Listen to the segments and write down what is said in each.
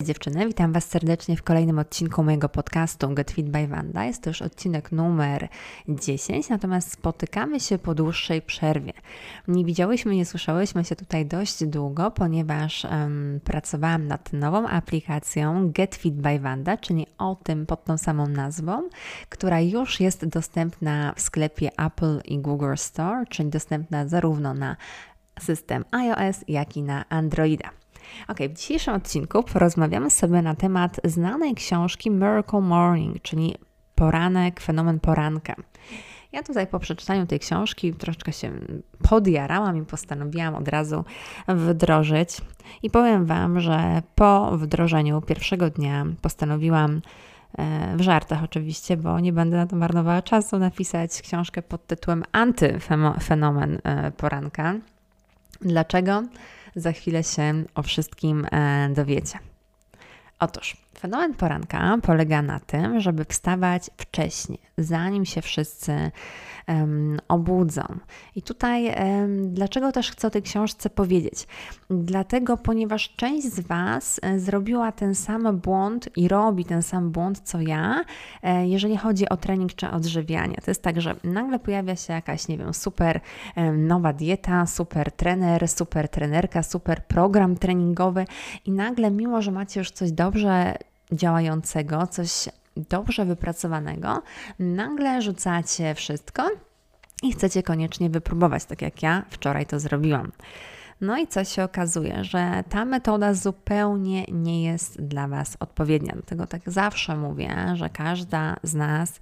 dziewczyny, witam Was serdecznie w kolejnym odcinku mojego podcastu Get Fit by Wanda. Jest to już odcinek numer 10, natomiast spotykamy się po dłuższej przerwie. Nie widziałyśmy, nie słyszałyśmy się tutaj dość długo, ponieważ pracowałam nad nową aplikacją Get Fit by Wanda, czyli o tym pod tą samą nazwą, która już jest dostępna w sklepie Apple i Google Store, czyli dostępna zarówno na system iOS, jak i na Androida. W dzisiejszym odcinku porozmawiamy sobie na temat znanej książki Miracle Morning, czyli poranek, fenomen poranka. Ja tutaj po przeczytaniu tej książki troszeczkę się podjarałam i postanowiłam od razu wdrożyć. I powiem Wam, że po wdrożeniu pierwszego dnia postanowiłam, w żartach oczywiście, bo nie będę na to marnowała czasu, napisać książkę pod tytułem Antyfenomen poranka. Dlaczego? Za chwilę się o wszystkim dowiecie. Otóż fenomen poranka polega na tym, żeby wstawać wcześnie, zanim się wszyscy obudzą. I tutaj dlaczego też chcę o tej książce powiedzieć? Dlatego, ponieważ część z Was zrobiła ten sam błąd i robi ten sam błąd, co ja, jeżeli chodzi o trening czy odżywianie. To jest tak, że nagle pojawia się jakaś, super nowa dieta, super trener, super trenerka, super program treningowy i nagle, mimo że macie już coś dobrze działającego, coś dobrze wypracowanego, nagle rzucacie wszystko i chcecie koniecznie wypróbować, tak jak ja wczoraj to zrobiłam. No i co się okazuje, że ta metoda zupełnie nie jest dla Was odpowiednia. Dlatego tak zawsze mówię, że każda z nas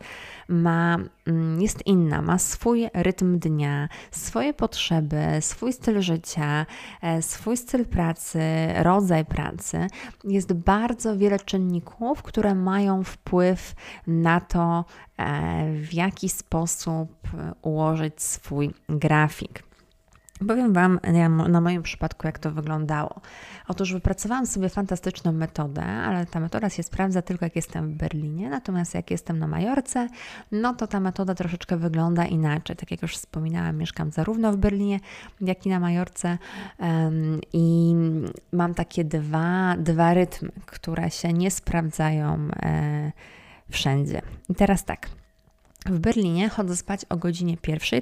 jest inna, ma swój rytm dnia, swoje potrzeby, swój styl życia, swój styl pracy, rodzaj pracy. Jest bardzo wiele czynników, które mają wpływ na to, w jaki sposób ułożyć swój grafik. Powiem Wam na moim przypadku, jak to wyglądało. Otóż wypracowałam sobie fantastyczną metodę, ale ta metoda się sprawdza tylko jak jestem w Berlinie, natomiast jak jestem na Majorce, no to ta metoda troszeczkę wygląda inaczej. Tak jak już wspominałam, mieszkam zarówno w Berlinie, jak i na Majorce i mam takie dwa rytmy, które się nie sprawdzają wszędzie. I teraz tak. W Berlinie chodzę spać o godzinie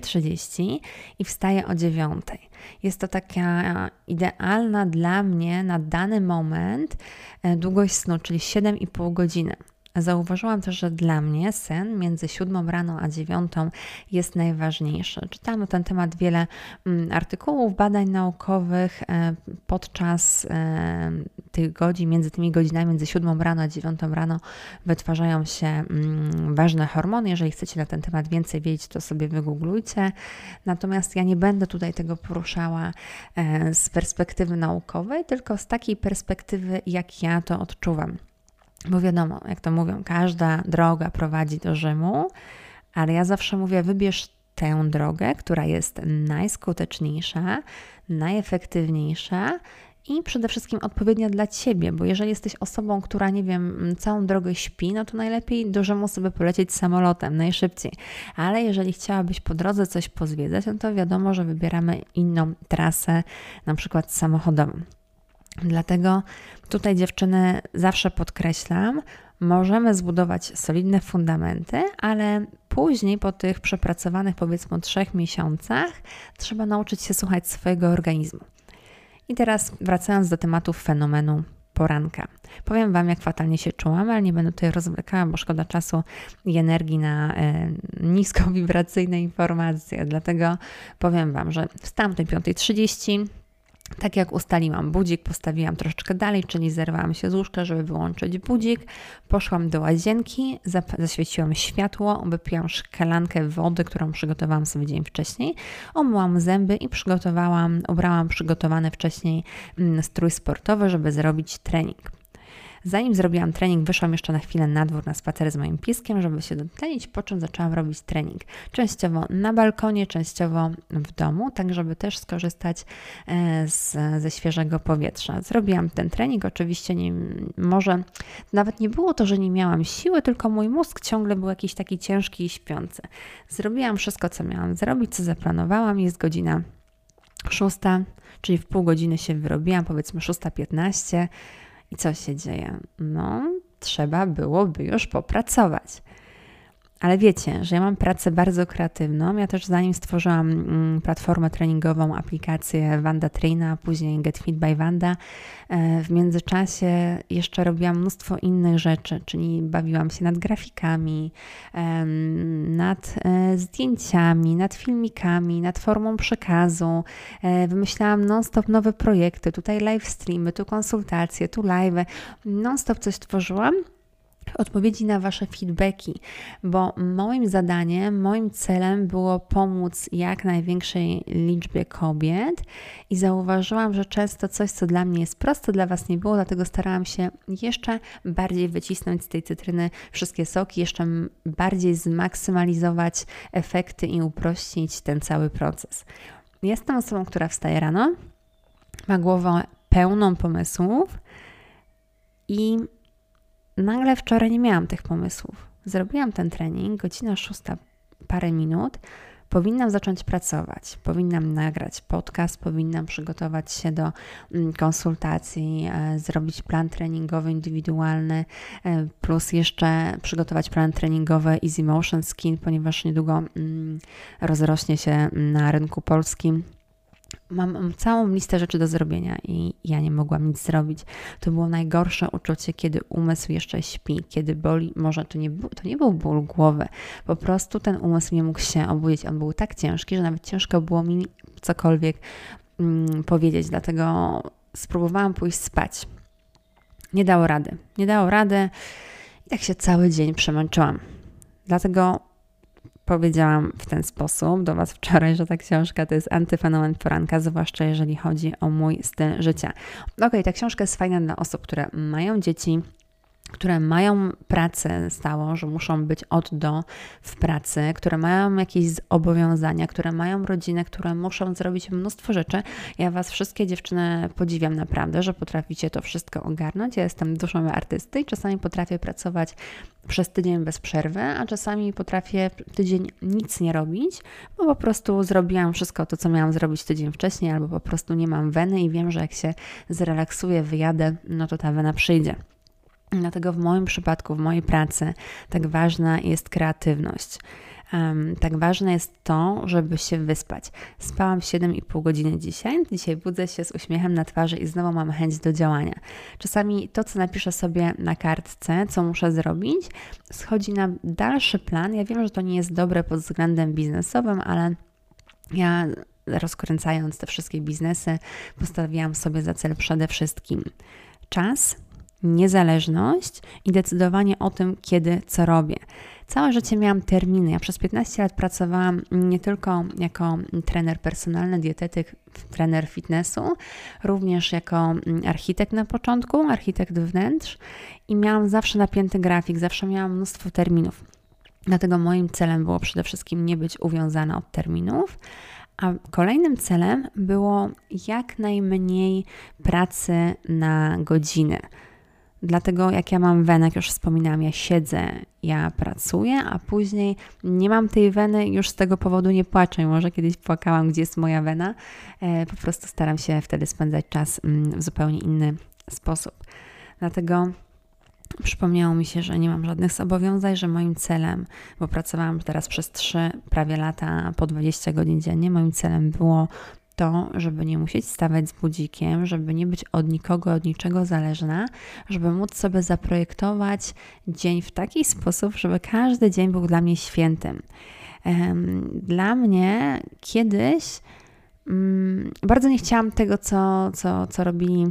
1:30 i wstaję o 9:00. Jest to taka idealna dla mnie na dany moment długość snu, czyli 7,5 godziny. Zauważyłam też, że dla mnie sen między 7 rano a 9 jest najważniejszy. Czytałam na ten temat wiele artykułów, badań naukowych podczas tych godzin, między tymi godzinami, między 7 rano a 9 rano wytwarzają się ważne hormony. Jeżeli chcecie na ten temat więcej wiedzieć, to sobie wygooglujcie. Natomiast ja nie będę tutaj tego poruszała z perspektywy naukowej, tylko z takiej perspektywy, jak ja to odczuwam. Bo wiadomo, jak to mówią, każda droga prowadzi do Rzymu, ale ja zawsze mówię, wybierz tę drogę, która jest najskuteczniejsza, najefektywniejsza i przede wszystkim odpowiednia dla Ciebie, bo jeżeli jesteś osobą, która, całą drogę śpi, no to najlepiej do Rzymu sobie polecieć samolotem, najszybciej. Ale jeżeli chciałabyś po drodze coś pozwiedzać, no to wiadomo, że wybieramy inną trasę, na przykład samochodową. Dlatego tutaj, dziewczyny, zawsze podkreślam, możemy zbudować solidne fundamenty, ale później po tych przepracowanych, powiedzmy, 3 miesiącach trzeba nauczyć się słuchać swojego organizmu. I teraz wracając do tematu fenomenu poranka. Powiem Wam, jak fatalnie się czułam, ale nie będę tutaj rozwlekała, bo szkoda czasu i energii na niskowibracyjne informacje. Dlatego powiem Wam, że wstałam o tej 5:30. Tak jak ustaliłam, budzik postawiłam troszeczkę dalej, czyli zerwałam się z łóżka, żeby wyłączyć budzik. Poszłam do łazienki, zaświeciłam światło, wypiłam szklankę wody, którą przygotowałam sobie dzień wcześniej, umyłam zęby i ubrałam przygotowany wcześniej strój sportowy, żeby zrobić trening. Zanim zrobiłam trening, wyszłam jeszcze na chwilę na dwór na spacer z moim pieskiem, żeby się dotlenić, po czym zaczęłam robić trening. Częściowo na balkonie, częściowo w domu, tak żeby też skorzystać ze świeżego powietrza. Zrobiłam ten trening, oczywiście może nawet nie było to, że nie miałam siły, tylko mój mózg ciągle był jakiś taki ciężki i śpiący. Zrobiłam wszystko, co miałam zrobić, co zaplanowałam. Jest godzina 6, czyli w pół godziny się wyrobiłam, powiedzmy 6:15. I co się dzieje? No, trzeba byłoby już popracować. Ale wiecie, że ja mam pracę bardzo kreatywną. Ja też zanim stworzyłam platformę treningową, aplikację Wanda Traina, a później Get Fit by Wanda, w międzyczasie jeszcze robiłam mnóstwo innych rzeczy, czyli bawiłam się nad grafikami, nad zdjęciami, nad filmikami, nad formą przekazu. Wymyślałam non-stop nowe projekty, tutaj live streamy, tu konsultacje, tu live. Non-stop coś tworzyłam. Odpowiedzi na Wasze feedbacki, bo moim zadaniem, moim celem było pomóc jak największej liczbie kobiet i zauważyłam, że często coś, co dla mnie jest proste, dla Was nie było, dlatego starałam się jeszcze bardziej wycisnąć z tej cytryny wszystkie soki, jeszcze bardziej zmaksymalizować efekty i uprościć ten cały proces. Jestem osobą, która wstaje rano, ma głowę pełną pomysłów i nagle wczoraj nie miałam tych pomysłów. Zrobiłam ten trening, godzina 6, parę minut. Powinnam zacząć pracować, powinnam nagrać podcast, powinnam przygotować się do konsultacji, zrobić plan treningowy indywidualny, plus jeszcze przygotować plan treningowy Easy Motion Skin, ponieważ niedługo rozrośnie się na rynku polskim. Mam całą listę rzeczy do zrobienia i ja nie mogłam nic zrobić. To było najgorsze uczucie, kiedy umysł jeszcze śpi, kiedy boli, może to nie był ból głowy, po prostu ten umysł nie mógł się obudzić. On był tak ciężki, że nawet ciężko było mi cokolwiek powiedzieć, dlatego spróbowałam pójść spać. Nie dało rady i tak się cały dzień przemęczyłam. Dlatego powiedziałam w ten sposób do Was wczoraj, że ta książka to jest antyfenomen poranka, zwłaszcza jeżeli chodzi o mój styl życia. Okej, ta książka jest fajna dla osób, które mają dzieci, które mają pracę stałą, że muszą być od do w pracy, które mają jakieś zobowiązania, które mają rodzinę, które muszą zrobić mnóstwo rzeczy. Ja Was wszystkie dziewczyny podziwiam naprawdę, że potraficie to wszystko ogarnąć. Ja jestem duszą artysty i czasami potrafię pracować przez tydzień bez przerwy, a czasami potrafię tydzień nic nie robić, bo po prostu zrobiłam wszystko to, co miałam zrobić tydzień wcześniej, albo po prostu nie mam weny i wiem, że jak się zrelaksuję, wyjadę, no to ta wena przyjdzie. Dlatego w moim przypadku, w mojej pracy tak ważna jest kreatywność. Tak ważne jest to, żeby się wyspać. Spałam 7,5 godziny dzisiaj budzę się z uśmiechem na twarzy i znowu mam chęć do działania. Czasami to, co napiszę sobie na kartce, co muszę zrobić, schodzi na dalszy plan. Ja wiem, że to nie jest dobre pod względem biznesowym, ale ja rozkręcając te wszystkie biznesy, postawiłam sobie za cel przede wszystkim czas, niezależność i decydowanie o tym, kiedy, co robię. Całe życie miałam terminy. Ja przez 15 lat pracowałam nie tylko jako trener personalny, dietetyk, trener fitnessu, również jako architekt na początku, architekt wnętrz i miałam zawsze napięty grafik, zawsze miałam mnóstwo terminów. Dlatego moim celem było przede wszystkim nie być uwiązana od terminów, a kolejnym celem było jak najmniej pracy na godzinę. Dlatego jak ja mam wenę, jak już wspominałam, ja siedzę, ja pracuję, a później nie mam tej weny i już z tego powodu nie płaczę. Może kiedyś płakałam, gdzie jest moja wena. Po prostu staram się wtedy spędzać czas w zupełnie inny sposób. Dlatego przypomniało mi się, że nie mam żadnych zobowiązań, że moim celem, bo pracowałam teraz przez 3 prawie lata po 20 godzin dziennie, moim celem było to, żeby nie musieć stawać z budzikiem, żeby nie być od nikogo, od niczego zależna, żeby móc sobie zaprojektować dzień w taki sposób, żeby każdy dzień był dla mnie świętym. Dla mnie kiedyś bardzo nie chciałam tego, co robili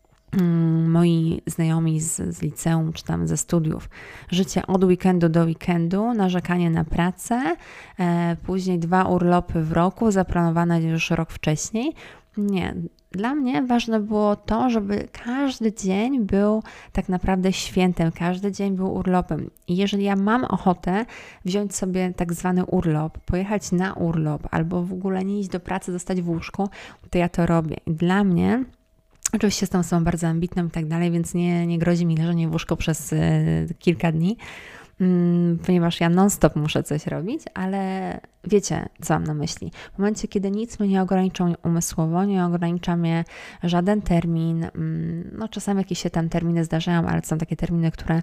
moi znajomi z liceum czy tam ze studiów. Życie od weekendu do weekendu, narzekanie na pracę, później 2 urlopy w roku, zaplanowane już rok wcześniej. Nie. Dla mnie ważne było to, żeby każdy dzień był tak naprawdę świętem, każdy dzień był urlopem. I jeżeli ja mam ochotę wziąć sobie tak zwany urlop, pojechać na urlop albo w ogóle nie iść do pracy, zostać w łóżku, to ja to robię. I dla mnie oczywiście jestem osobą bardzo ambitną i tak dalej, więc nie grozi mi leżenie w łóżku przez kilka dni, ponieważ ja non-stop muszę coś robić, ale wiecie, co mam na myśli. W momencie, kiedy nic mnie nie ogranicza umysłowo, nie ogranicza mnie żaden termin, no czasami jakieś się tam terminy zdarzają, ale to są takie terminy, które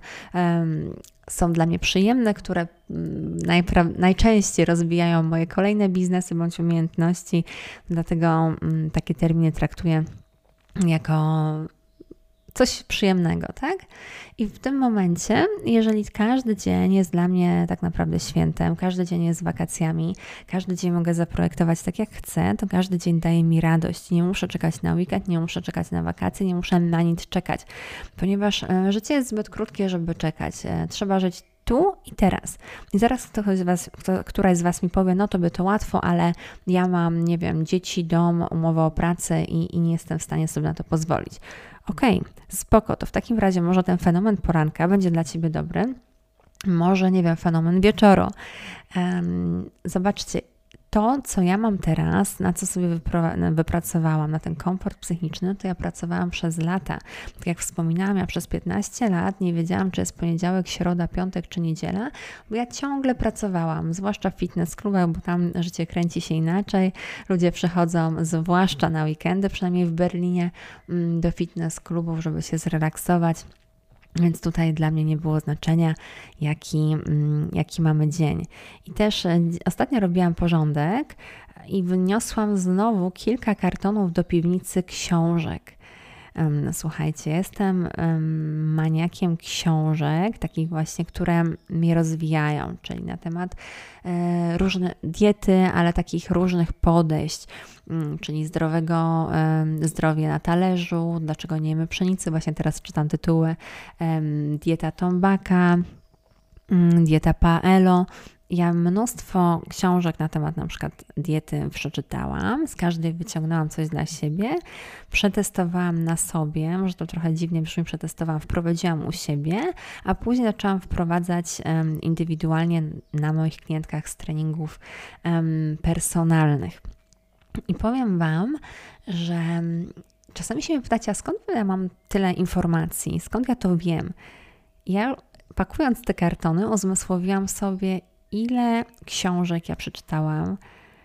są dla mnie przyjemne, które najczęściej rozwijają moje kolejne biznesy bądź umiejętności, dlatego takie terminy traktuję jako coś przyjemnego, tak? I w tym momencie, jeżeli każdy dzień jest dla mnie tak naprawdę świętem, każdy dzień jest wakacjami, każdy dzień mogę zaprojektować tak jak chcę, to każdy dzień daje mi radość. Nie muszę czekać na weekend, nie muszę czekać na wakacje, nie muszę na nic czekać, ponieważ życie jest zbyt krótkie, żeby czekać. Trzeba żyć tu i teraz. I zaraz któraś z Was mi powie, no to by to łatwo, ale ja mam, nie wiem, dzieci, dom, umowę o pracę i nie jestem w stanie sobie na to pozwolić. Okej, spoko, to w takim razie może ten fenomen poranka będzie dla Ciebie dobry, może, nie wiem, fenomen wieczoru. Zobaczcie, to, co ja mam teraz, na co sobie wypracowałam, na ten komfort psychiczny, to ja pracowałam przez lata. Tak jak wspominałam, ja przez 15 lat nie wiedziałam, czy jest poniedziałek, środa, piątek czy niedziela, bo ja ciągle pracowałam, zwłaszcza w fitness klubach, bo tam życie kręci się inaczej. Ludzie przychodzą, zwłaszcza na weekendy, przynajmniej w Berlinie, do fitness klubów, żeby się zrelaksować. Więc tutaj dla mnie nie było znaczenia, jaki mamy dzień. I też ostatnio robiłam porządek i wyniosłam znowu kilka kartonów do piwnicy książek. Słuchajcie, jestem maniakiem książek, takich właśnie, które mnie rozwijają, czyli na temat różne diety, ale takich różnych podejść, czyli zdrowie na talerzu, dlaczego nie jemy pszenicy, właśnie teraz czytam tytuły, dieta Tombaka, dieta Paelo. Ja mnóstwo książek na temat na przykład diety przeczytałam, z każdej wyciągnęłam coś dla siebie, przetestowałam na sobie, może to trochę dziwnie brzmi, wprowadziłam u siebie, a później zaczęłam wprowadzać indywidualnie na moich klientkach z treningów personalnych. I powiem Wam, że czasami się mnie pytacie, a skąd ja mam tyle informacji, skąd ja to wiem? Ja pakując te kartony uzmysłowiłam sobie, ile książek ja przeczytałam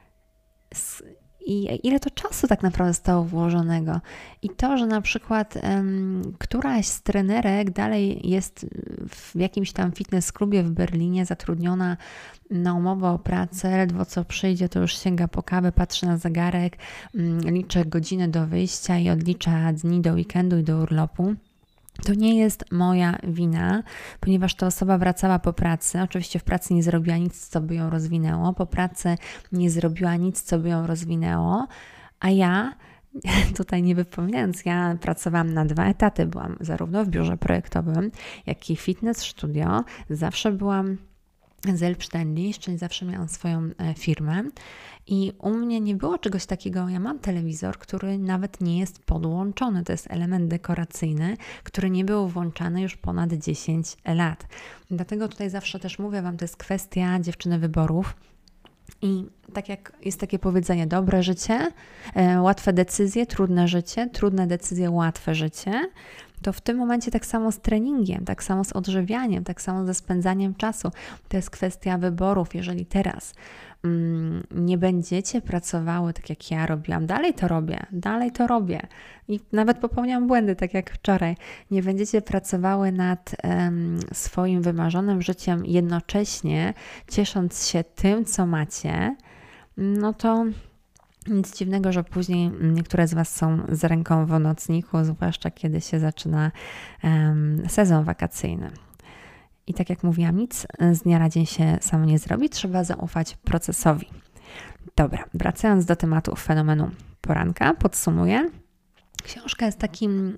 i ile to czasu tak naprawdę zostało włożonego. I to, że na przykład któraś z trenerek dalej jest w jakimś tam fitness klubie w Berlinie zatrudniona na umowę o pracę, ledwo co przyjdzie, to już sięga po kawę, patrzy na zegarek, liczy godziny do wyjścia i odlicza dni do weekendu i do urlopu. To nie jest moja wina, ponieważ ta osoba wracała po pracy. Oczywiście w pracy nie zrobiła nic, co by ją rozwinęło. Po pracy nie zrobiła nic, co by ją rozwinęło. A ja, tutaj nie wypominając, ja pracowałam na 2 etaty. Byłam zarówno w biurze projektowym, jak i fitness studio. Zawsze byłam selbstständig, czyli zawsze miałam swoją firmę i u mnie nie było czegoś takiego, ja mam telewizor, który nawet nie jest podłączony, to jest element dekoracyjny, który nie był włączany już ponad 10 lat. Dlatego tutaj zawsze też mówię Wam, to jest kwestia dziewczyny wyborów. I tak jak jest takie powiedzenie, dobre życie, łatwe decyzje, trudne życie, trudne decyzje, łatwe życie, to w tym momencie tak samo z treningiem, tak samo z odżywianiem, tak samo ze spędzaniem czasu. To jest kwestia wyborów. Jeżeli nie będziecie pracowały tak jak ja robiłam, dalej to robię i nawet popełniam błędy, tak jak wczoraj, nie będziecie pracowały nad swoim wymarzonym życiem jednocześnie, ciesząc się tym, co macie, no to nic dziwnego, że później niektóre z Was są z ręką w nocniku, zwłaszcza kiedy się zaczyna sezon wakacyjny. I tak jak mówiłam, nic z dnia na dzień się samo nie zrobi, trzeba zaufać procesowi. Dobra, wracając do tematu fenomenu poranka, podsumuję. Książka jest takim...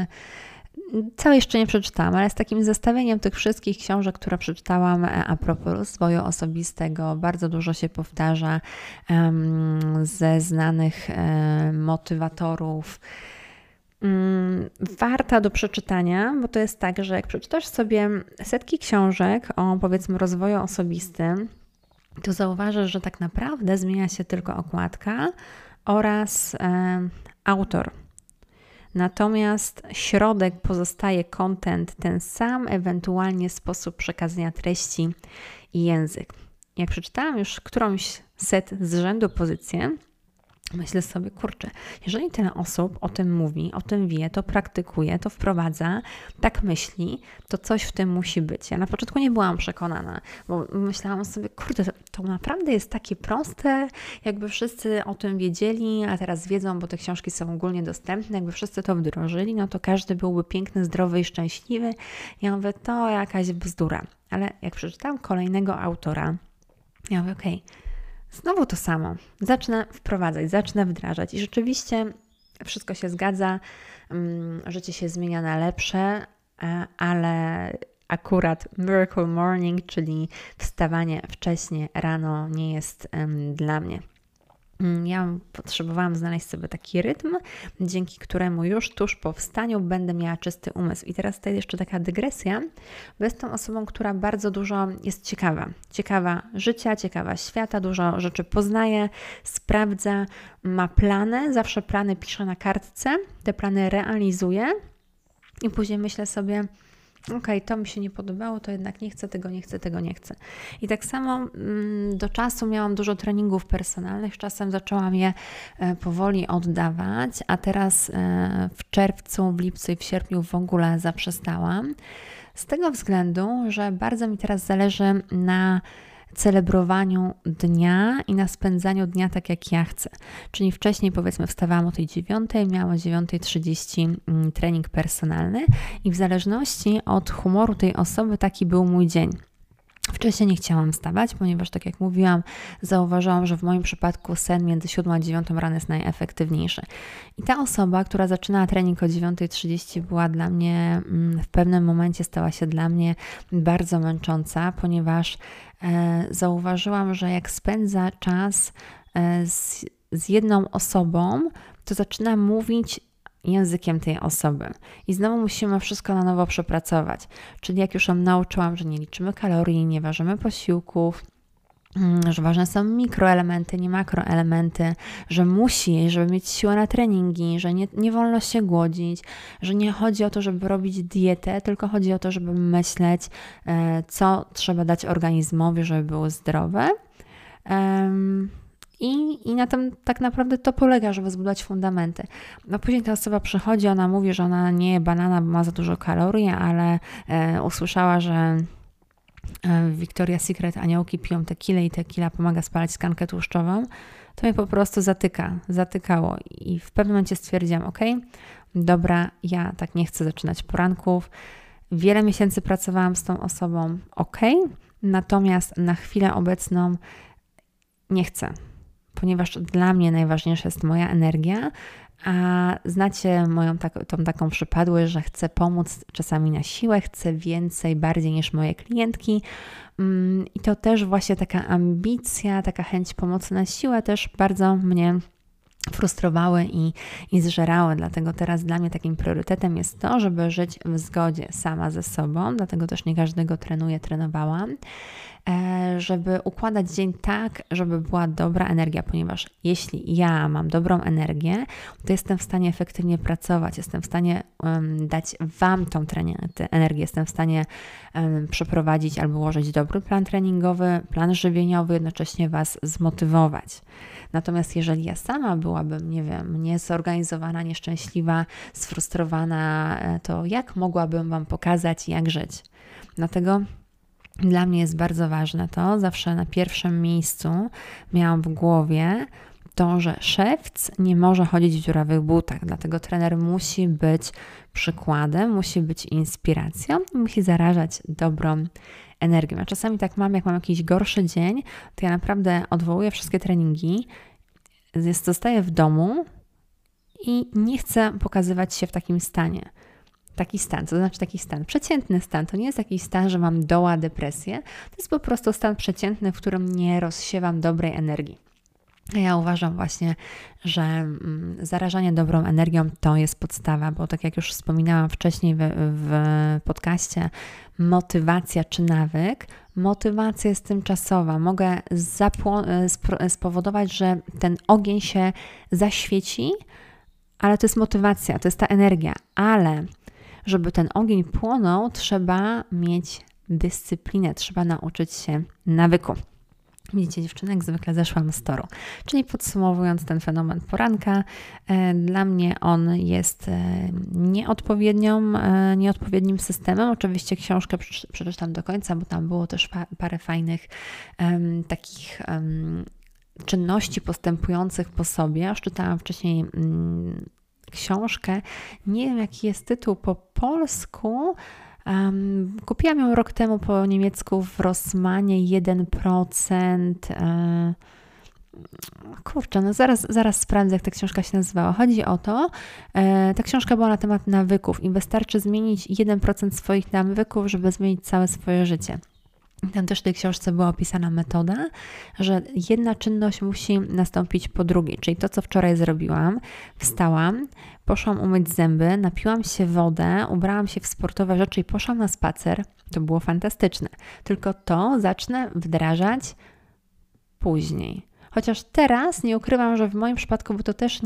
Całe jeszcze nie przeczytałam, ale z takim zestawieniem tych wszystkich książek, które przeczytałam a propos rozwoju osobistego, bardzo dużo się powtarza ze znanych motywatorów. Warta do przeczytania, bo to jest tak, że jak przeczytasz sobie setki książek o, powiedzmy, rozwoju osobistym, to zauważysz, że tak naprawdę zmienia się tylko okładka oraz autor. Natomiast środek pozostaje content ten sam, ewentualnie sposób przekazania treści i język. Jak przeczytałam już którąś z rzędu pozycję, myślę sobie, kurczę, jeżeli tyle osób o tym mówi, o tym wie, to praktykuje, to wprowadza, tak myśli, to coś w tym musi być. Ja na początku nie byłam przekonana, bo myślałam sobie, kurde, to naprawdę jest takie proste, jakby wszyscy o tym wiedzieli, a teraz wiedzą, bo te książki są ogólnie dostępne, jakby wszyscy to wdrożyli, no to każdy byłby piękny, zdrowy i szczęśliwy. Ja mówię, to jakaś bzdura. Ale jak przeczytałam kolejnego autora, ja mówię, okej, znowu to samo. Zacznę wprowadzać, zacznę wdrażać i rzeczywiście wszystko się zgadza, życie się zmienia na lepsze, ale akurat Miracle Morning, czyli wstawanie wcześnie rano nie jest dla mnie. Ja potrzebowałam znaleźć sobie taki rytm, dzięki któremu już tuż po wstaniu będę miała czysty umysł. I teraz tutaj jeszcze taka dygresja, bo jestem osobą, która bardzo dużo jest ciekawa. Ciekawa życia, ciekawa świata, dużo rzeczy poznaje, sprawdza, ma plany, zawsze plany piszę na kartce, te plany realizuję i później myślę sobie, okej, to mi się nie podobało, to jednak nie chcę, tego nie chcę, tego nie chcę. I tak samo do czasu miałam dużo treningów personalnych, czasem zaczęłam je powoli oddawać, a teraz w czerwcu, w lipcu i w sierpniu w ogóle zaprzestałam. Z tego względu, że bardzo mi teraz zależy na celebrowaniu dnia i na spędzaniu dnia tak, jak ja chcę. Czyli wcześniej, powiedzmy, wstawałam o tej 9, miałam o 9:30 trening personalny i w zależności od humoru tej osoby taki był mój dzień. Wcześniej nie chciałam wstawać, ponieważ tak jak mówiłam, zauważyłam, że w moim przypadku sen między 7 a 9 rano jest najefektywniejszy. I ta osoba, która zaczynała trening o 9:30 była dla mnie, w pewnym momencie stała się dla mnie bardzo męcząca, ponieważ zauważyłam, że jak spędza czas z jedną osobą, to zaczyna mówić językiem tej osoby. I znowu musimy wszystko na nowo przepracować. Czyli jak już ją nauczyłam, że nie liczymy kalorii, nie ważymy posiłków, że ważne są mikroelementy, nie makroelementy, że musi, żeby mieć siłę na treningi, że nie wolno się głodzić, że nie chodzi o to, żeby robić dietę, tylko chodzi o to, żeby myśleć, co trzeba dać organizmowi, żeby było zdrowe. I na tym tak naprawdę to polega, żeby zbudować fundamenty. No później ta osoba przychodzi, ona mówi, że ona nie je banana, bo ma za dużo kalorii, ale usłyszała, że w Victoria's Secret aniołki piją tequilę i tequila pomaga spalać tkankę tłuszczową. To mnie po prostu zatykało i w pewnym momencie stwierdziłam, dobra, ja tak nie chcę zaczynać poranków. Wiele miesięcy pracowałam z tą osobą, natomiast na chwilę obecną nie chcę, ponieważ dla mnie najważniejsza jest moja energia, a znacie moją tą taką przypadłość, że chcę pomóc czasami na siłę, chcę więcej, bardziej niż moje klientki i to też właśnie taka ambicja, taka chęć pomocy na siłę też bardzo mnie frustrowały i zżerały. Dlatego teraz dla mnie takim priorytetem jest to, żeby żyć w zgodzie sama ze sobą, dlatego też nie każdego trenowałam, żeby układać dzień tak, żeby była dobra energia, ponieważ jeśli ja mam dobrą energię, to jestem w stanie efektywnie pracować, jestem w stanie dać Wam tą energię, jestem w stanie przeprowadzić albo ułożyć dobry plan treningowy, plan żywieniowy, jednocześnie Was zmotywować. Natomiast jeżeli ja sama byłabym, niezorganizowana, nieszczęśliwa, sfrustrowana, to jak mogłabym Wam pokazać, jak żyć? Dlatego dla mnie jest bardzo ważne to, zawsze na pierwszym miejscu miałam w głowie to, że szewc nie może chodzić w dziurawych butach, dlatego trener musi być przykładem, musi być inspiracją i musi zarażać dobrą energią. A czasami tak mam, jak mam jakiś gorszy dzień, to ja naprawdę odwołuję wszystkie treningi, zostaję w domu i nie chcę pokazywać się w takim stanie. Taki stan, co znaczy taki stan? Przeciętny stan. To nie jest jakiś stan, że mam doła, depresję. To jest po prostu stan przeciętny, w którym nie rozsiewam dobrej energii. Ja uważam właśnie, że zarażanie dobrą energią to jest podstawa, bo tak jak już wspominałam wcześniej w podcaście, motywacja czy nawyk, motywacja jest tymczasowa. Mogę spowodować, że ten ogień się zaświeci, ale to jest motywacja, to jest ta energia, ale żeby ten ogień płonął, trzeba mieć dyscyplinę, trzeba nauczyć się nawyku. Widzicie, dziewczyny, jak zwykle zeszłam z toru. Czyli podsumowując ten fenomen poranka, dla mnie on jest nieodpowiednim systemem. Oczywiście książkę przeczytam do końca, bo tam było też parę fajnych takich czynności postępujących po sobie. Już czytałam wcześniej książkę, nie wiem jaki jest tytuł po polsku. Kupiłam ją rok temu po niemiecku w Rossmanie 1%. Kurczę, no zaraz sprawdzę, jak ta książka się nazywała. Chodzi o to, ta książka była na temat nawyków i wystarczy zmienić 1% swoich nawyków, żeby zmienić całe swoje życie. Tam też w tej książce była opisana metoda, że jedna czynność musi nastąpić po drugiej. Czyli to, co wczoraj zrobiłam, wstałam, poszłam umyć zęby, napiłam się wodę, ubrałam się w sportowe rzeczy i poszłam na spacer. To było fantastyczne. Tylko to zacznę wdrażać później. Chociaż teraz nie ukrywam, że w moim przypadku to też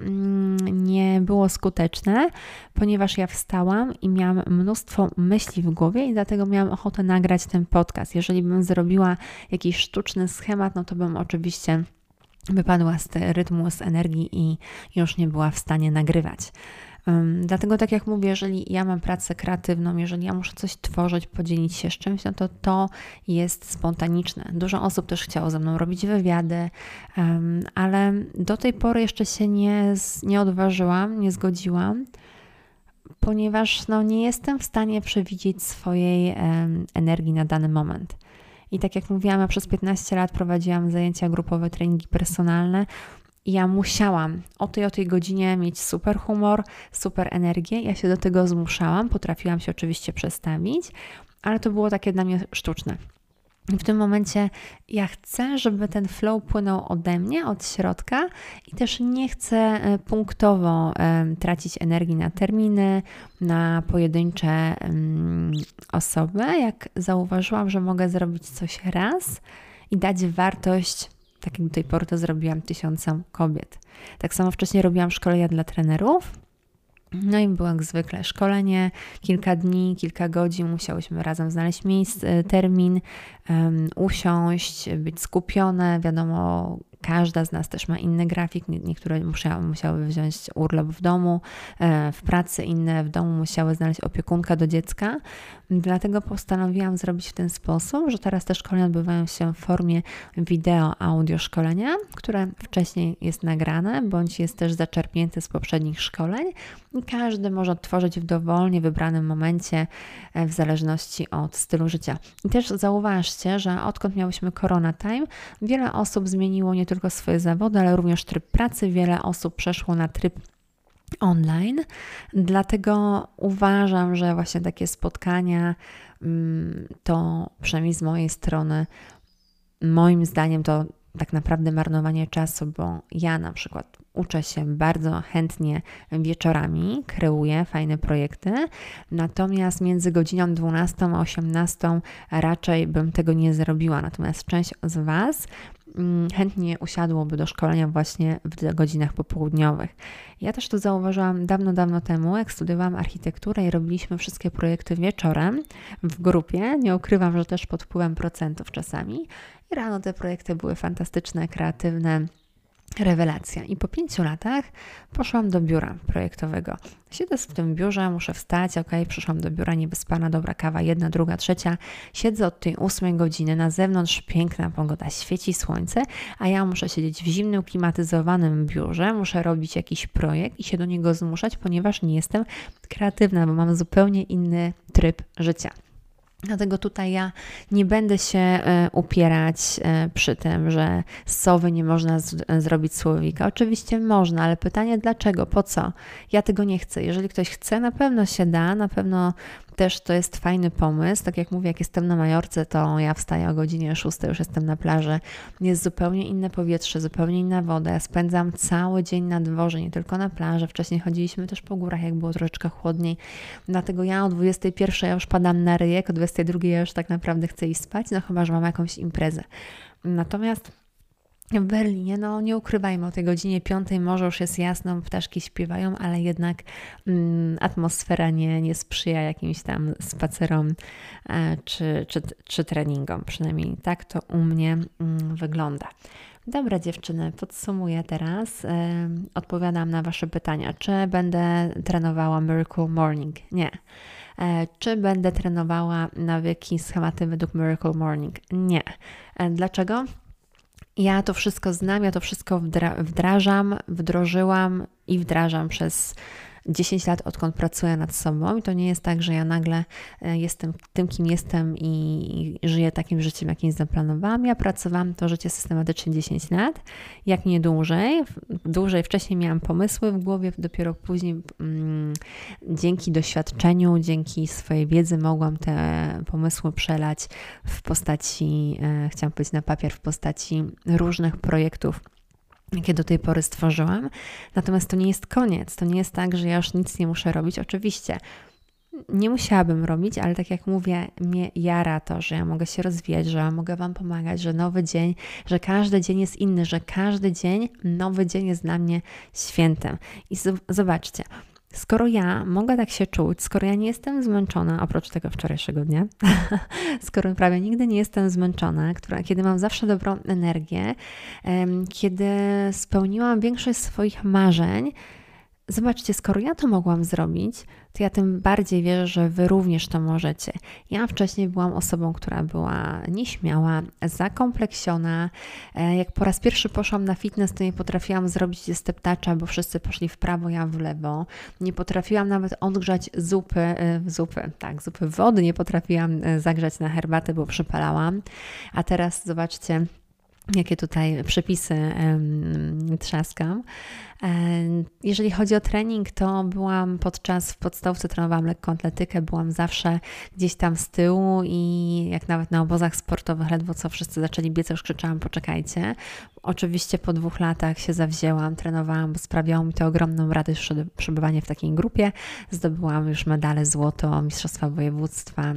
nie było skuteczne, ponieważ ja wstałam i miałam mnóstwo myśli w głowie i dlatego miałam ochotę nagrać ten podcast. Jeżeli bym zrobiła jakiś sztuczny schemat, no to bym oczywiście wypadła z rytmu, z energii i już nie była w stanie nagrywać. Dlatego tak jak mówię, jeżeli ja mam pracę kreatywną, jeżeli ja muszę coś tworzyć, podzielić się z czymś, no to jest spontaniczne. Dużo osób też chciało ze mną robić wywiady, ale do tej pory jeszcze się nie odważyłam, nie zgodziłam, ponieważ nie jestem w stanie przewidzieć swojej energii na dany moment. I tak jak mówiłam, ja przez 15 lat prowadziłam zajęcia grupowe, treningi personalne. I ja musiałam o tej godzinie mieć super humor, super energię. Ja się do tego zmuszałam, potrafiłam się oczywiście przestawić, ale to było takie dla mnie sztuczne. I w tym momencie ja chcę, żeby ten flow płynął ode mnie, od środka i też nie chcę punktowo tracić energii na terminy, na pojedyncze osoby. Jak zauważyłam, że mogę zrobić coś raz i dać wartość, tak jak do tej pory to zrobiłam 1000 kobiet. Tak samo wcześniej robiłam szkolenia dla trenerów. No i było jak zwykle szkolenie, kilka dni, kilka godzin, musiałyśmy razem znaleźć miejsce, termin, usiąść, być skupione. Wiadomo, każda z nas też ma inny grafik. Niektóre musiały wziąć urlop w domu, w pracy, inne w domu musiały znaleźć opiekunkę do dziecka. Dlatego postanowiłam zrobić w ten sposób, że teraz te szkolenia odbywają się w formie wideo, audio szkolenia, które wcześniej jest nagrane, bądź jest też zaczerpnięte z poprzednich szkoleń i każdy może odtworzyć w dowolnie wybranym momencie w zależności od stylu życia. I też zauważcie, że odkąd miałyśmy Corona Time, wiele osób zmieniło nie tylko swoje zawody, ale również tryb pracy. Wiele osób przeszło na tryb online, dlatego uważam, że właśnie takie spotkania to przynajmniej z mojej strony, moim zdaniem to tak naprawdę marnowanie czasu, bo ja na przykład uczę się bardzo chętnie wieczorami, kreuję fajne projekty, natomiast między godziną 12 a 18 raczej bym tego nie zrobiła, natomiast część z Was chętnie usiadłoby do szkolenia właśnie w godzinach popołudniowych. Ja też to zauważyłam dawno temu, jak studiowałam architekturę i robiliśmy wszystkie projekty wieczorem w grupie. Nie ukrywam, że też pod wpływem procentów czasami. I rano te projekty były fantastyczne, kreatywne. Rewelacja. I po 5 latach poszłam do biura projektowego. Siedzę w tym biurze, muszę wstać, przyszłam do biura, niewyspana, dobra kawa, 1, 2, 3. Siedzę od tej 8 godziny, na zewnątrz piękna pogoda, świeci słońce, a ja muszę siedzieć w zimnym, klimatyzowanym biurze, muszę robić jakiś projekt i się do niego zmuszać, ponieważ nie jestem kreatywna, bo mam zupełnie inny tryb życia. Dlatego tutaj ja nie będę się upierać przy tym, że z sowy nie można zrobić słowika. Oczywiście można, ale pytanie dlaczego, po co? Ja tego nie chcę. Jeżeli ktoś chce, na pewno się da, na pewno też to jest fajny pomysł. Tak jak mówię, jak jestem na Majorce, to ja wstaję o godzinie 6, już jestem na plaży. Jest zupełnie inne powietrze, zupełnie inna woda. Ja spędzam cały dzień na dworze, nie tylko na plaży. Wcześniej chodziliśmy też po górach, jak było troszeczkę chłodniej. Dlatego ja o 21 ja już padam na ryjek, o 22 ja już tak naprawdę chcę iść spać, no chyba, że mam jakąś imprezę. Natomiast W Berlinie, no nie ukrywajmy, o tej godzinie 5 może już jest jasno, ptaszki śpiewają, ale jednak atmosfera nie sprzyja jakimś tam spacerom czy treningom. Przynajmniej tak to u mnie wygląda. Dobra dziewczyny, podsumuję teraz. Odpowiadam na Wasze pytania. Czy będę trenowała Miracle Morning? Nie. Czy będę trenowała nawyki, schematy według Miracle Morning? Nie. Dlaczego? Ja to wszystko znam, ja to wszystko wdrażam, wdrożyłam i wdrażam przez 10 lat, odkąd pracuję nad sobą. I to nie jest tak, że ja nagle jestem tym, kim jestem i żyję takim życiem, jakim zaplanowałam. Ja pracowałam to życie systematycznie 10 lat, jak nie dłużej. Dłużej wcześniej miałam pomysły w głowie, dopiero później dzięki doświadczeniu, dzięki swojej wiedzy mogłam te pomysły przelać w postaci, chciałam powiedzieć na papier, w postaci różnych projektów, jakie do tej pory stworzyłam. Natomiast to nie jest koniec. To nie jest tak, że ja już nic nie muszę robić. Oczywiście nie musiałabym robić, ale tak jak mówię, mnie jara to, że ja mogę się rozwijać, że mogę Wam pomagać, że nowy dzień, że każdy dzień jest inny, że każdy dzień, nowy dzień jest dla mnie świętem. I zobaczcie, skoro ja mogę tak się czuć, skoro ja nie jestem zmęczona, oprócz tego wczorajszego dnia, skoro prawie nigdy nie jestem zmęczona, kiedy mam zawsze dobrą energię, kiedy spełniłam większość swoich marzeń, zobaczcie, skoro ja to mogłam zrobić, to ja tym bardziej wierzę, że Wy również to możecie. Ja wcześniej byłam osobą, która była nieśmiała, zakompleksiona. Jak po raz pierwszy poszłam na fitness, to nie potrafiłam zrobić steptacza, bo wszyscy poszli w prawo, ja w lewo. Nie potrafiłam nawet odgrzać zupy wody, nie potrafiłam zagrzać na herbatę, bo przypalałam. A teraz zobaczcie, jakie tutaj przepisy trzaskam. Jeżeli chodzi o trening, to byłam w podstawce trenowałam lekką atletykę, byłam zawsze gdzieś tam z tyłu i jak nawet na obozach sportowych ledwo co wszyscy zaczęli biec, już krzyczałam poczekajcie. Oczywiście po 2 latach się zawzięłam, trenowałam, bo sprawiało mi to ogromną radość przebywanie w takiej grupie. Zdobyłam już medale złoto, mistrzostwa województwa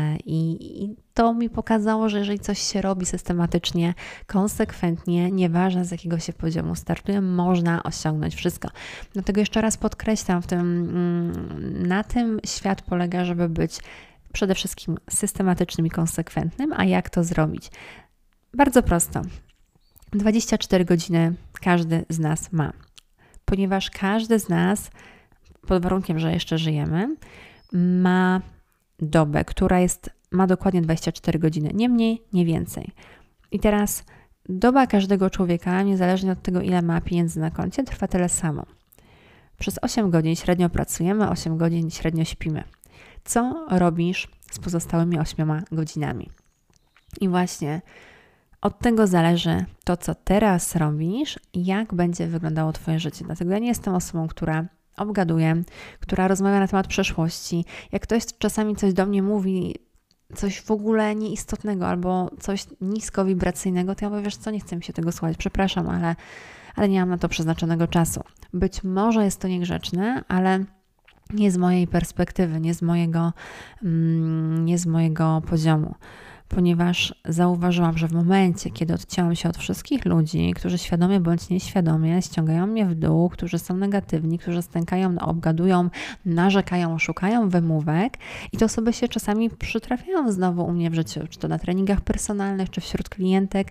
i to mi pokazało, że jeżeli coś się robi systematycznie, konsekwentnie, nieważne z jakiego się poziomu startuje, można osiągnąć wszystko. Dlatego jeszcze raz podkreślam, na tym świat polega, żeby być przede wszystkim systematycznym i konsekwentnym. A jak to zrobić? Bardzo prosto. 24 godziny każdy z nas ma. Ponieważ każdy z nas, pod warunkiem, że jeszcze żyjemy, ma dobę, która ma dokładnie 24 godziny. Nie mniej, nie więcej. I teraz doba każdego człowieka, niezależnie od tego, ile ma pieniędzy na koncie, trwa tyle samo. Przez 8 godzin średnio pracujemy, 8 godzin średnio śpimy. Co robisz z pozostałymi 8 godzinami? I właśnie od tego zależy to, co teraz robisz i jak będzie wyglądało Twoje życie. Dlatego ja nie jestem osobą, która obgaduje, która rozmawia na temat przeszłości. Jak ktoś czasami coś do mnie mówi, coś w ogóle nieistotnego albo coś niskowibracyjnego, to ja mówię, wiesz co, nie chcę mi się tego słuchać, przepraszam, ale nie mam na to przeznaczonego czasu. Być może jest to niegrzeczne, ale nie z mojej perspektywy, nie z mojego poziomu. Ponieważ zauważyłam, że w momencie, kiedy odcięłam się od wszystkich ludzi, którzy świadomie bądź nieświadomie ściągają mnie w dół, którzy są negatywni, którzy stękają, obgadują, narzekają, szukają wymówek i te osoby się czasami przytrafiają znowu u mnie w życiu, czy to na treningach personalnych, czy wśród klientek.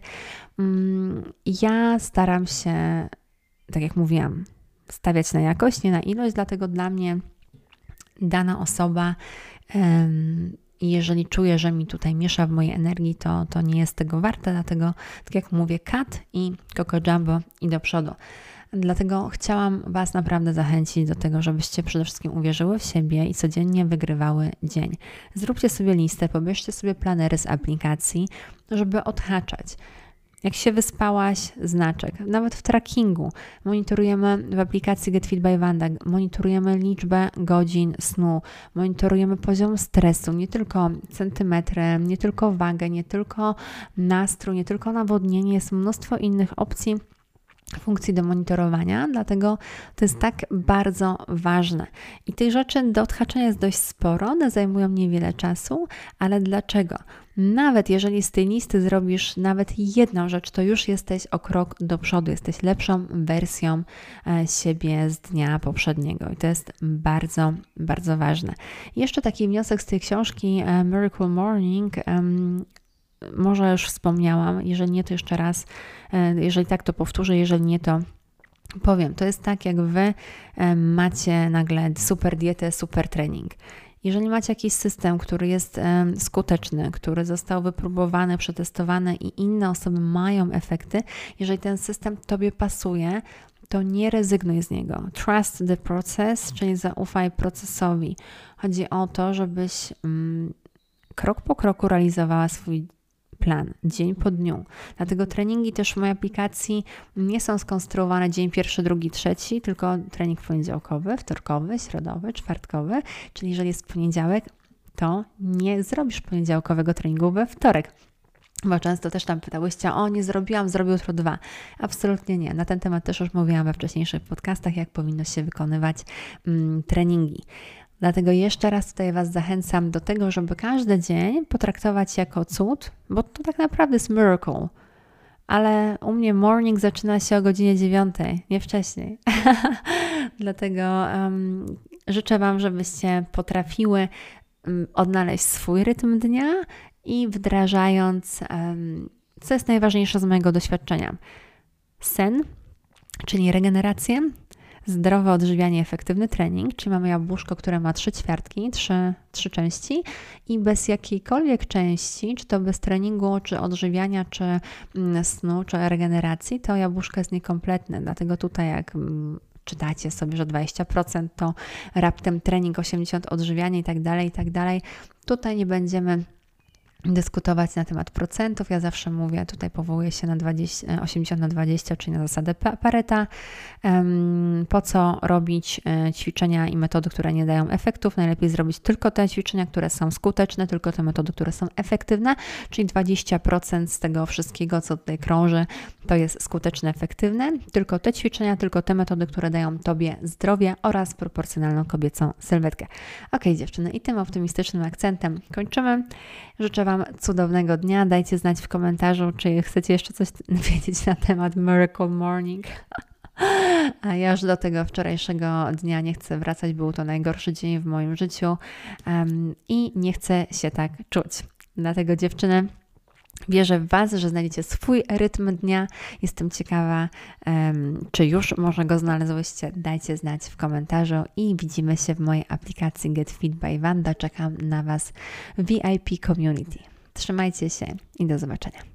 Ja staram się, tak jak mówiłam, stawiać na jakość, nie na ilość, dlatego dla mnie dana osoba i jeżeli czuję, że mi tutaj miesza w mojej energii, to nie jest tego warte, dlatego, tak jak mówię, cut i Coco Jumbo i do przodu. Dlatego chciałam Was naprawdę zachęcić do tego, żebyście przede wszystkim uwierzyły w siebie i codziennie wygrywały dzień. Zróbcie sobie listę, pobierzcie sobie planery z aplikacji, żeby odhaczać. Jak się wyspałaś, znaczek. Nawet w trackingu monitorujemy w aplikacji Get Fit by Wanda, monitorujemy liczbę godzin snu, monitorujemy poziom stresu, nie tylko centymetry, nie tylko wagę, nie tylko nastrój, nie tylko nawodnienie, jest mnóstwo innych opcji, funkcji do monitorowania, dlatego to jest tak bardzo ważne. I tych rzeczy do odhaczenia jest dość sporo, one zajmują niewiele czasu, ale dlaczego? Nawet jeżeli z tej listy zrobisz nawet jedną rzecz, to już jesteś o krok do przodu, jesteś lepszą wersją siebie z dnia poprzedniego i to jest bardzo, bardzo ważne. Jeszcze taki wniosek z tej książki Miracle Morning, może już wspomniałam, jeżeli nie, to jeszcze raz, jeżeli tak, to powtórzę, jeżeli nie, to powiem. To jest tak, jak Wy macie nagle super dietę, super trening. Jeżeli macie jakiś system, który jest skuteczny, który został wypróbowany, przetestowany i inne osoby mają efekty, jeżeli ten system Tobie pasuje, to nie rezygnuj z niego. Trust the process, czyli zaufaj procesowi. Chodzi o to, żebyś krok po kroku realizowała swój plan, dzień po dniu. Dlatego treningi też w mojej aplikacji nie są skonstruowane dzień pierwszy, drugi, trzeci, tylko trening poniedziałkowy, wtorkowy, środowy, czwartkowy, czyli jeżeli jest poniedziałek, to nie zrobisz poniedziałkowego treningu we wtorek. Bo często też tam pytałyście, nie zrobiłam, zrobię jutro 2. Absolutnie nie. Na ten temat też już mówiłam we wcześniejszych podcastach, jak powinno się wykonywać treningi. Dlatego jeszcze raz tutaj Was zachęcam do tego, żeby każdy dzień potraktować jako cud, bo to tak naprawdę jest miracle. Ale u mnie morning zaczyna się o godzinie 9, nie wcześniej. Dlatego życzę Wam, żebyście potrafiły odnaleźć swój rytm dnia i wdrażając, co jest najważniejsze z mojego doświadczenia. Sen, czyli regenerację, zdrowe odżywianie, efektywny trening, czyli mamy jabłuszko, które ma 3/4, trzy części i bez jakiejkolwiek części, czy to bez treningu, czy odżywiania, czy snu, czy regeneracji, to jabłuszko jest niekompletne. Dlatego tutaj jak czytacie sobie, że 20% to raptem trening, 80% odżywianie i tak dalej, tutaj nie będziemy dyskutować na temat procentów. Ja zawsze mówię, tutaj powołuję się na 80/20, czyli na zasadę Pareta. Po co robić ćwiczenia i metody, które nie dają efektów? Najlepiej zrobić tylko te ćwiczenia, które są skuteczne, tylko te metody, które są efektywne, czyli 20% z tego wszystkiego, co tutaj krąży, to jest skuteczne, efektywne. Tylko te ćwiczenia, tylko te metody, które dają Tobie zdrowie oraz proporcjonalną kobiecą sylwetkę. Okej, dziewczyny, i tym optymistycznym akcentem kończymy. Życzę Wam cudownego dnia. Dajcie znać w komentarzu, czy chcecie jeszcze coś wiedzieć na temat Miracle Morning. A ja już do tego wczorajszego dnia nie chcę wracać. Był to najgorszy dzień w moim życiu i nie chcę się tak czuć. Dlatego dziewczyny, wierzę w Was, że znajdziecie swój rytm dnia. Jestem ciekawa, czy już może go znalazłyście. Dajcie znać w komentarzu i widzimy się w mojej aplikacji Get Fit by Wanda. Czekam na Was w VIP Community. Trzymajcie się i do zobaczenia.